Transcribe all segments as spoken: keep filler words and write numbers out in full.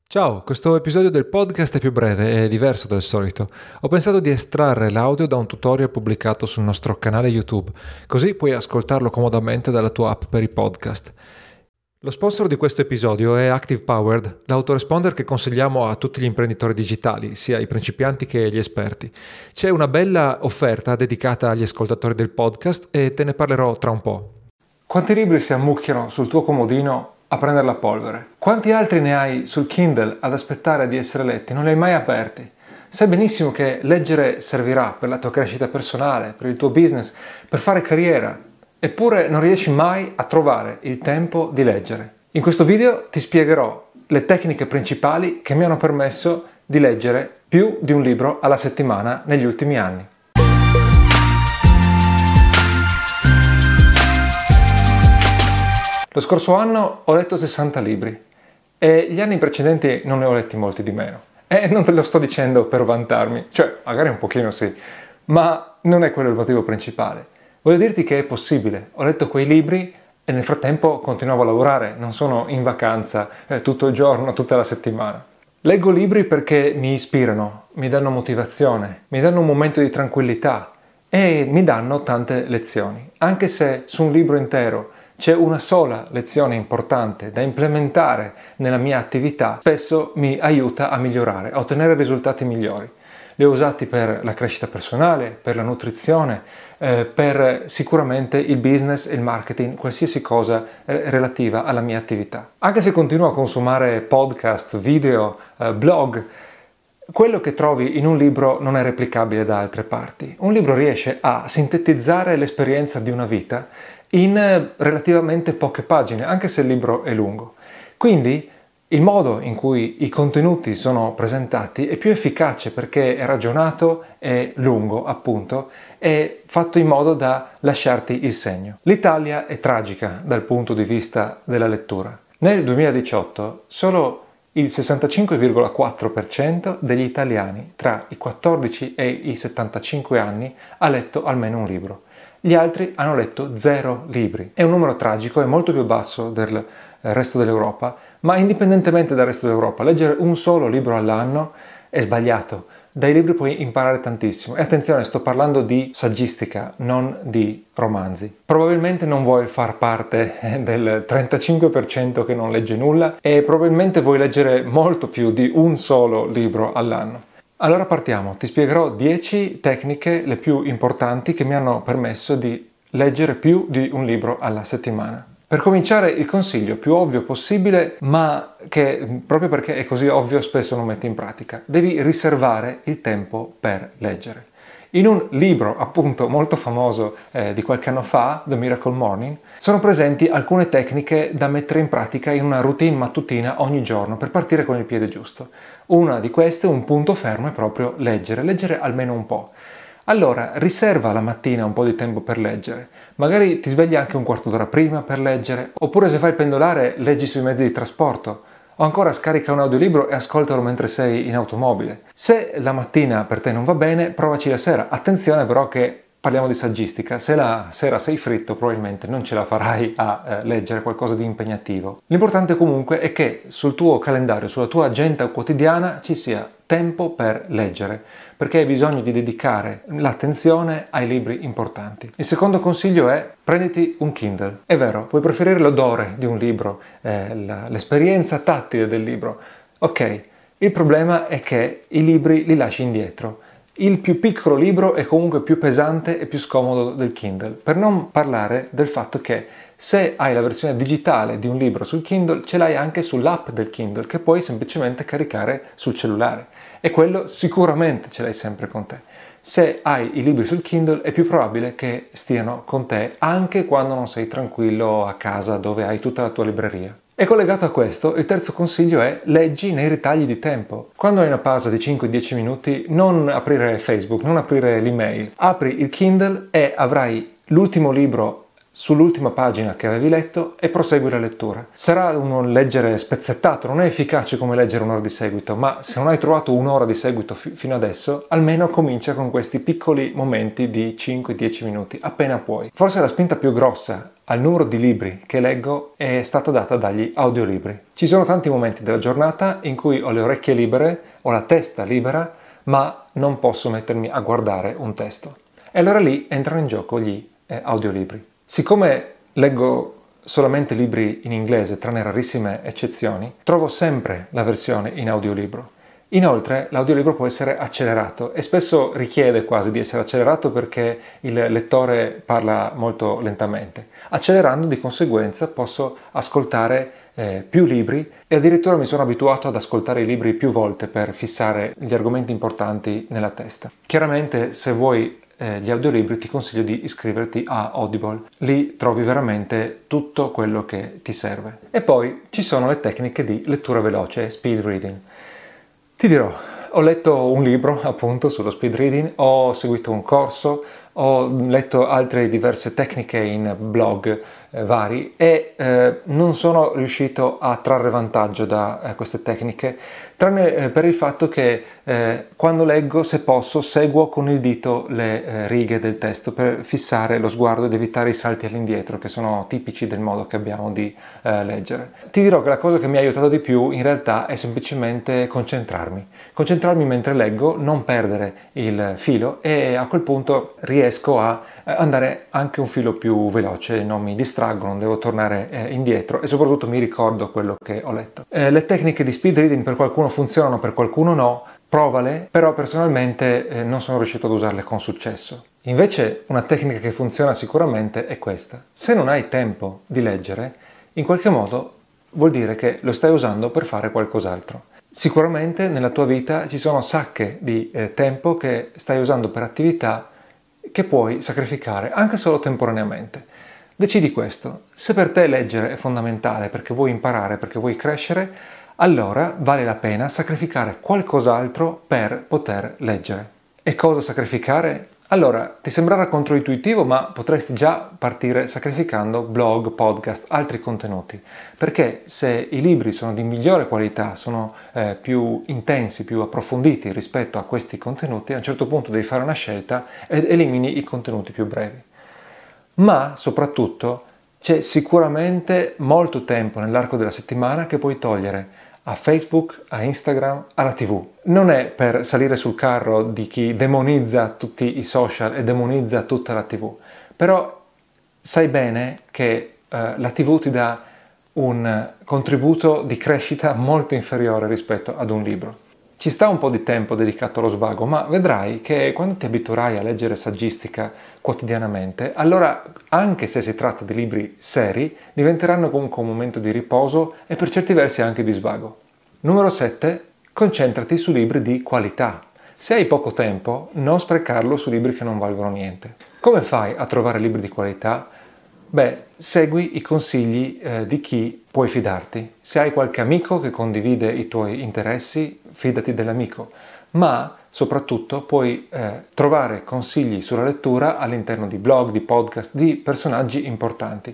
Ciao, questo episodio del podcast è più breve e diverso del solito. Ho pensato di estrarre l'audio da un tutorial pubblicato sul nostro canale YouTube, così puoi ascoltarlo comodamente dalla tua app per i podcast. Lo sponsor di questo episodio è Active Powered, l'autoresponder che consigliamo a tutti gli imprenditori digitali, sia i principianti che gli esperti. C'è una bella offerta dedicata agli ascoltatori del podcast e te ne parlerò tra un po'. Quanti libri si ammucchiano sul tuo comodino a prendere la polvere? Quanti altri ne hai sul Kindle ad aspettare di essere letti? Non li hai mai aperti? Sai benissimo che leggere servirà per la tua crescita personale, per il tuo business, per fare carriera, eppure non riesci mai a trovare il tempo di leggere. In questo video ti spiegherò le tecniche principali che mi hanno permesso di leggere più di un libro alla settimana negli ultimi anni. Lo scorso anno ho letto sessanta libri e gli anni precedenti non ne ho letti molti di meno. E non te lo sto dicendo per vantarmi, cioè magari un pochino sì, ma non è quello il motivo principale. Voglio dirti che è possibile. Ho letto quei libri e nel frattempo continuavo a lavorare, non sono in vacanza eh, tutto il giorno, tutta la settimana. Leggo libri perché mi ispirano, mi danno motivazione, mi danno un momento di tranquillità e mi danno tante lezioni. Anche se su un libro intero c'è una sola lezione importante da implementare nella mia attività, spesso mi aiuta a migliorare, a ottenere risultati migliori. Li ho usati per la crescita personale, per la nutrizione, eh, per sicuramente il business e il marketing, qualsiasi cosa eh, relativa alla mia attività. Anche se continuo a consumare podcast, video, eh, blog, quello che trovi in un libro non è replicabile da altre parti. Un libro riesce a sintetizzare l'esperienza di una vita in relativamente poche pagine, anche se il libro è lungo. Quindi il modo in cui i contenuti sono presentati è più efficace perché è ragionato, è lungo appunto, è fatto in modo da lasciarti il segno. L'Italia è tragica dal punto di vista della lettura. Nel duemiladiciotto solo il sessantacinque virgola quattro per cento degli italiani tra i quattordici e i settantacinque anni ha letto almeno un libro. Gli altri hanno letto zero libri. È un numero tragico, è molto più basso del resto dell'Europa, ma indipendentemente dal resto dell'Europa, leggere un solo libro all'anno è sbagliato. Dai libri puoi imparare tantissimo. E attenzione, sto parlando di saggistica, non di romanzi. Probabilmente non vuoi far parte del trentacinque per cento che non legge nulla e probabilmente vuoi leggere molto più di un solo libro all'anno. Allora partiamo, ti spiegherò dieci tecniche, le più importanti, che mi hanno permesso di leggere più di un libro alla settimana. Per cominciare, il consiglio più ovvio possibile, ma che proprio perché è così ovvio spesso non metti in pratica. Devi riservare il tempo per leggere. In un libro appunto molto famoso eh, di qualche anno fa, The Miracle Morning, sono presenti alcune tecniche da mettere in pratica in una routine mattutina ogni giorno per partire con il piede giusto. Una di queste, un punto fermo, è proprio leggere, leggere almeno un po'. Allora, riserva la mattina un po' di tempo per leggere. Magari ti svegli anche un quarto d'ora prima per leggere, oppure se fai il pendolare leggi sui mezzi di trasporto. O ancora scarica un audiolibro e ascoltalo mentre sei in automobile. Se la mattina per te non va bene, provaci la sera. Attenzione però che parliamo di saggistica. Se la sera sei fritto, probabilmente non ce la farai a eh, leggere qualcosa di impegnativo. L'importante comunque è che sul tuo calendario, sulla tua agenda quotidiana ci sia tempo per leggere, perché hai bisogno di dedicare l'attenzione ai libri importanti. Il secondo consiglio è: prenditi un Kindle. È vero, puoi preferire l'odore di un libro, eh, la, l'esperienza tattile del libro. Ok, il problema è che i libri li lasci indietro. Il più piccolo libro è comunque più pesante e più scomodo del Kindle, per non parlare del fatto che se hai la versione digitale di un libro sul Kindle, ce l'hai anche sull'app del Kindle che puoi semplicemente caricare sul cellulare e quello sicuramente ce l'hai sempre con te. Se hai i libri sul Kindle è più probabile che stiano con te anche quando non sei tranquillo a casa dove hai tutta la tua libreria. E collegato a questo, il terzo consiglio è: leggi nei ritagli di tempo. Quando hai una pausa di cinque dieci minuti, non aprire Facebook, non aprire l'email. Apri il Kindle e avrai l'ultimo libro sull'ultima pagina che avevi letto e prosegui la lettura. Sarà un leggere spezzettato, non è efficace come leggere un'ora di seguito, ma se non hai trovato un'ora di seguito fi- fino adesso, almeno comincia con questi piccoli momenti di cinque dieci minuti, appena puoi. Forse la spinta più grossa al numero di libri che leggo è stata data dagli audiolibri. Ci sono tanti momenti della giornata in cui ho le orecchie libere, ho la testa libera, ma non posso mettermi a guardare un testo. E allora lì entrano in gioco gli eh, audiolibri. Siccome leggo solamente libri in inglese, tranne rarissime eccezioni, trovo sempre la versione in audiolibro. Inoltre l'audiolibro può essere accelerato e spesso richiede quasi di essere accelerato perché il lettore parla molto lentamente. Accelerando di conseguenza posso ascoltare eh, più libri e addirittura mi sono abituato ad ascoltare i libri più volte per fissare gli argomenti importanti nella testa. Chiaramente se vuoi gli audiolibri ti consiglio di iscriverti a Audible, lì trovi veramente tutto quello che ti serve. E poi ci sono le tecniche di lettura veloce, speed reading. Ti dirò, ho letto un libro appunto sullo speed reading, ho seguito un corso, ho letto altre diverse tecniche in blog eh, vari e eh, non sono riuscito a trarre vantaggio da eh, queste tecniche, tranne eh, per il fatto che eh, quando leggo, se posso, seguo con il dito le eh, righe del testo per fissare lo sguardo ed evitare i salti all'indietro che sono tipici del modo che abbiamo di eh, leggere. Ti dirò che la cosa che mi ha aiutato di più in realtà è semplicemente concentrarmi. Concentrarmi mentre leggo, non perdere il filo e a quel punto riesco a andare anche un filo più veloce, non mi distraggo, non devo tornare eh, indietro e soprattutto mi ricordo quello che ho letto. Eh, le tecniche di speed reading per qualcuno funzionano, per qualcuno no, provale, però personalmente eh, non sono riuscito ad usarle con successo. Invece una tecnica che funziona sicuramente è questa. Se non hai tempo di leggere, in qualche modo vuol dire che lo stai usando per fare qualcos'altro. Sicuramente nella tua vita ci sono sacche di eh, tempo che stai usando per attività che puoi sacrificare anche solo temporaneamente. Decidi questo. Se per te leggere è fondamentale perché vuoi imparare, perché vuoi crescere, allora vale la pena sacrificare qualcos'altro per poter leggere. E cosa sacrificare? Allora, ti sembrerà controintuitivo, ma potresti già partire sacrificando blog, podcast, altri contenuti, perché se i libri sono di migliore qualità, sono eh, più intensi, più approfonditi rispetto a questi contenuti, a un certo punto devi fare una scelta ed elimini i contenuti più brevi. Ma soprattutto c'è sicuramente molto tempo nell'arco della settimana che puoi togliere a Facebook, a Instagram, alla tivù. Non è per salire sul carro di chi demonizza tutti i social e demonizza tutta la tivù, però sai bene che eh, la tivù ti dà un contributo di crescita molto inferiore rispetto ad un libro. Ci sta un po' di tempo dedicato allo svago, ma vedrai che quando ti abituerai a leggere saggistica quotidianamente, allora anche se si tratta di libri seri, diventeranno comunque un momento di riposo e per certi versi anche di svago. Numero sette. Concentrati su libri di qualità. Se hai poco tempo, non sprecarlo su libri che non valgono niente. Come fai a trovare libri di qualità? Beh, segui i consigli eh, di chi puoi fidarti. Se hai qualche amico che condivide i tuoi interessi, fidati dell'amico. Ma soprattutto puoi eh, trovare consigli sulla lettura all'interno di blog, di podcast, di personaggi importanti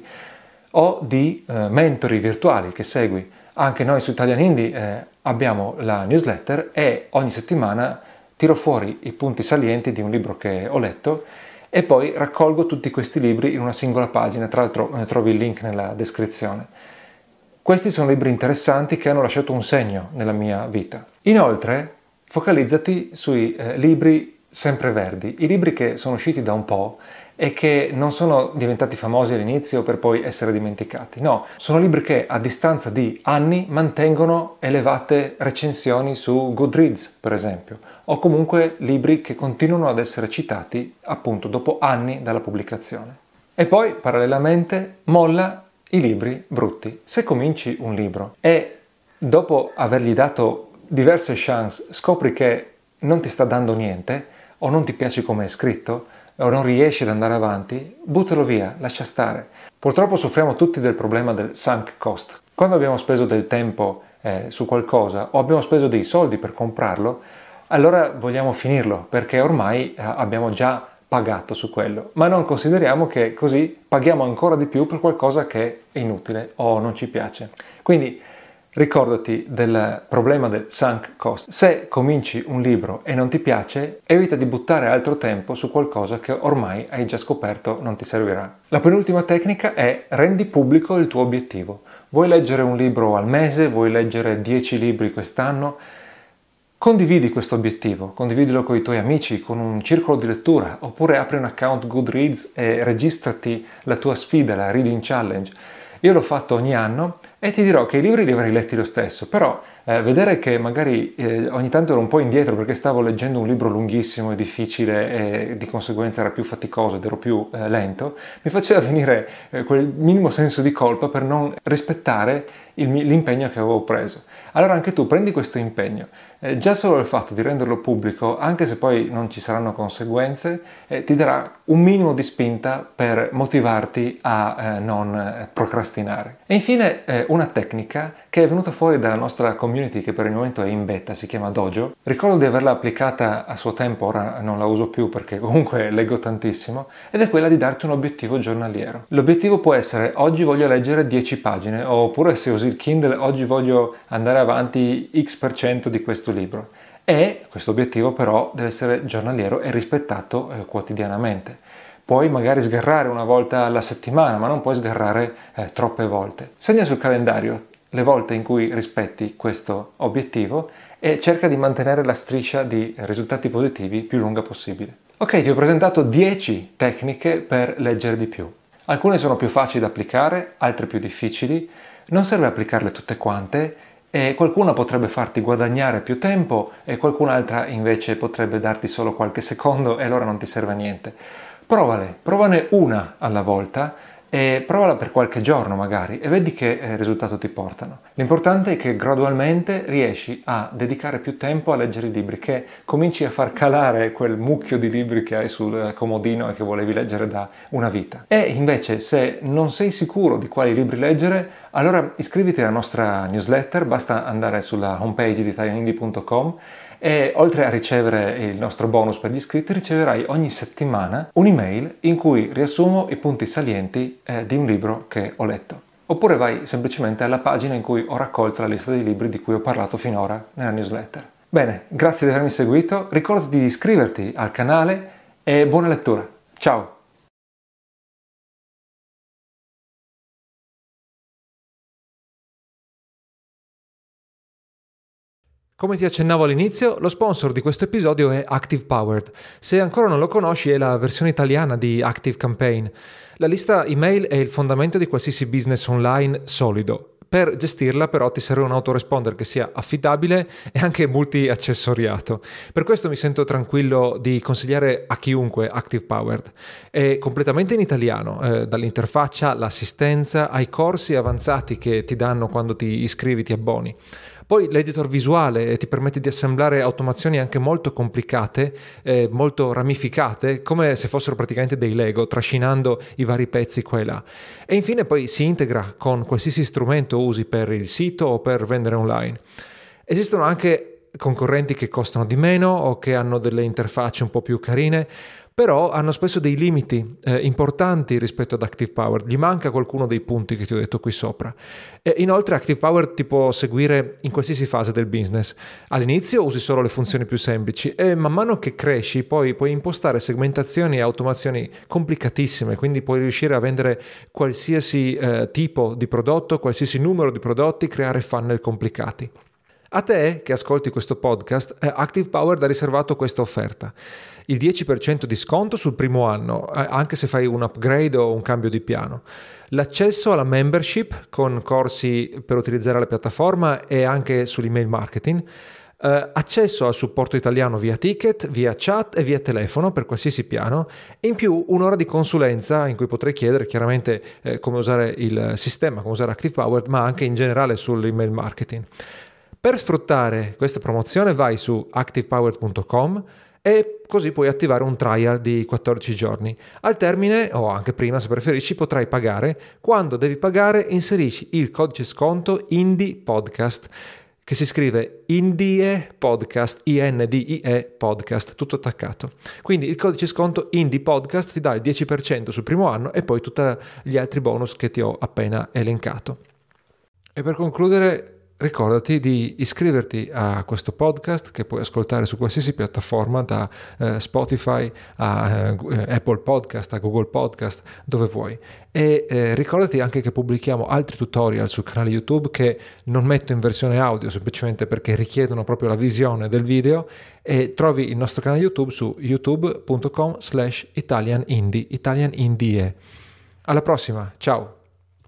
o di eh, mentori virtuali che segui. Anche noi su Italian Indie eh, abbiamo la newsletter e ogni settimana tiro fuori i punti salienti di un libro che ho letto e poi raccolgo tutti questi libri in una singola pagina, tra l'altro eh, trovi il link nella descrizione. Questi sono libri interessanti che hanno lasciato un segno nella mia vita. Inoltre, focalizzati sui eh, libri sempreverdi, i libri che sono usciti da un po' e che non sono diventati famosi all'inizio per poi essere dimenticati. No, sono libri che a distanza di anni mantengono elevate recensioni su Goodreads, per esempio, o comunque libri che continuano ad essere citati appunto dopo anni dalla pubblicazione. E poi, parallelamente, molla i libri brutti. Se cominci un libro e dopo avergli dato diverse chance scopri che non ti sta dando niente o non ti piace come è scritto o non riesci ad andare avanti, buttalo via, lascia stare. Purtroppo soffriamo tutti del problema del sunk cost. Quando abbiamo speso del tempo eh, su qualcosa o abbiamo speso dei soldi per comprarlo, allora vogliamo finirlo perché ormai eh, abbiamo già pagato su quello, ma non consideriamo che così paghiamo ancora di più per qualcosa che è inutile o non ci piace. Quindi ricordati del problema del sunk cost. Se cominci un libro e non ti piace, evita di buttare altro tempo su qualcosa che ormai hai già scoperto non ti servirà. La penultima tecnica è: rendi pubblico il tuo obiettivo. Vuoi leggere un libro al mese? Vuoi leggere dieci libri quest'anno? Condividi questo obiettivo, condividilo con i tuoi amici, con un circolo di lettura, oppure apri un account Goodreads e registrati la tua sfida, la Reading Challenge. Io l'ho fatto ogni anno e ti dirò che i libri li avrei letti lo stesso, però eh, vedere che magari eh, ogni tanto ero un po' indietro perché stavo leggendo un libro lunghissimo e difficile e di conseguenza era più faticoso ed ero più eh, lento, mi faceva venire eh, quel minimo senso di colpa per non rispettare il, l'impegno che avevo preso. Allora anche tu prendi questo impegno. Eh, già solo il fatto di renderlo pubblico, anche se poi non ci saranno conseguenze, eh, ti darà un minimo di spinta per motivarti a eh, non eh, procrastinare. E infine eh, una tecnica che è venuta fuori dalla nostra community, che per il momento è in beta, si chiama Dojo. Ricordo di averla applicata a suo tempo, ora non la uso più perché comunque leggo tantissimo, ed è quella di darti un obiettivo giornaliero. L'obiettivo può essere: oggi voglio leggere dieci pagine, oppure se usi il Kindle, oggi voglio andare avanti X per cento di questo libro. E questo obiettivo però deve essere giornaliero e rispettato eh, quotidianamente. Puoi magari sgarrare una volta alla settimana, ma non puoi sgarrare eh, troppe volte. Segna sul calendario le volte in cui rispetti questo obiettivo e cerca di mantenere la striscia di risultati positivi più lunga possibile. Ok, ti ho presentato dieci tecniche per leggere di più. Alcune sono più facili da applicare, altre più difficili. Non serve applicarle tutte quante, e qualcuna potrebbe farti guadagnare più tempo e qualcun'altra invece potrebbe darti solo qualche secondo e allora non ti serve a niente. Provale, provane una alla volta e provala per qualche giorno magari e vedi che eh, risultato ti portano. L'importante è che gradualmente riesci a dedicare più tempo a leggere i libri, che cominci a far calare quel mucchio di libri che hai sul comodino e che volevi leggere da una vita. E invece, se non sei sicuro di quali libri leggere, allora iscriviti alla nostra newsletter. Basta andare sulla homepage di italian indie punto com e oltre a ricevere il nostro bonus per gli iscritti, riceverai ogni settimana un'email in cui riassumo i punti salienti eh, di un libro che ho letto. Oppure vai semplicemente alla pagina in cui ho raccolto la lista dei libri di cui ho parlato finora nella newsletter. Bene, grazie di avermi seguito, ricordati di iscriverti al canale e buona lettura. Ciao! Come ti accennavo all'inizio, lo sponsor di questo episodio è Active Powered. Se ancora non lo conosci, è la versione italiana di Active Campaign. La lista email è il fondamento di qualsiasi business online solido. Per gestirla però ti serve un autoresponder che sia affidabile e anche multi-accessoriato. Per questo mi sento tranquillo di consigliare a chiunque Active Powered. È completamente in italiano, eh, dall'interfaccia, l'assistenza, ai corsi avanzati che ti danno quando ti iscrivi, ti abboni. Poi l'editor visuale ti permette di assemblare automazioni anche molto complicate, eh, molto ramificate, come se fossero praticamente dei Lego, trascinando i vari pezzi qua e là. E infine poi si integra con qualsiasi strumento usi per il sito o per vendere online. Esistono anche concorrenti che costano di meno o che hanno delle interfacce un po' più carine, però hanno spesso dei limiti eh, importanti rispetto ad Active Powered. Gli manca qualcuno dei punti che ti ho detto qui sopra. E inoltre Active Powered ti può seguire in qualsiasi fase del business. All'inizio usi solo le funzioni più semplici e man mano che cresci poi puoi impostare segmentazioni e automazioni complicatissime, quindi puoi riuscire a vendere qualsiasi eh, tipo di prodotto, qualsiasi numero di prodotti, creare funnel complicati. A te che ascolti questo podcast, Active Powered ha riservato questa offerta. Il dieci per cento di sconto sul primo anno, anche se fai un upgrade o un cambio di piano. L'accesso alla membership con corsi per utilizzare la piattaforma e anche sull'email marketing. Uh, accesso al supporto italiano via ticket, via chat e via telefono per qualsiasi piano, e in più un'ora di consulenza in cui potrai chiedere chiaramente eh, come usare il sistema, come usare Active Powered, ma anche in generale sull'email marketing. Per sfruttare questa promozione vai su active powered punto com e così puoi attivare un trial di quattordici giorni. Al termine, o anche prima se preferisci, potrai pagare. Quando devi pagare inserisci il codice sconto IndiePodcast, che si scrive Indie Podcast, I N D I E Podcast, tutto attaccato. Quindi il codice sconto Indie Podcast ti dà il dieci per cento sul primo anno e poi tutti gli altri bonus che ti ho appena elencato. E per concludere, ricordati di iscriverti a questo podcast che puoi ascoltare su qualsiasi piattaforma, da eh, Spotify a eh, Apple Podcast, a Google Podcast, dove vuoi. E eh, ricordati anche che pubblichiamo altri tutorial sul canale YouTube che non metto in versione audio semplicemente perché richiedono proprio la visione del video, e trovi il nostro canale YouTube su youtube punto com slash italian indie, Italian Indie. Alla prossima, ciao!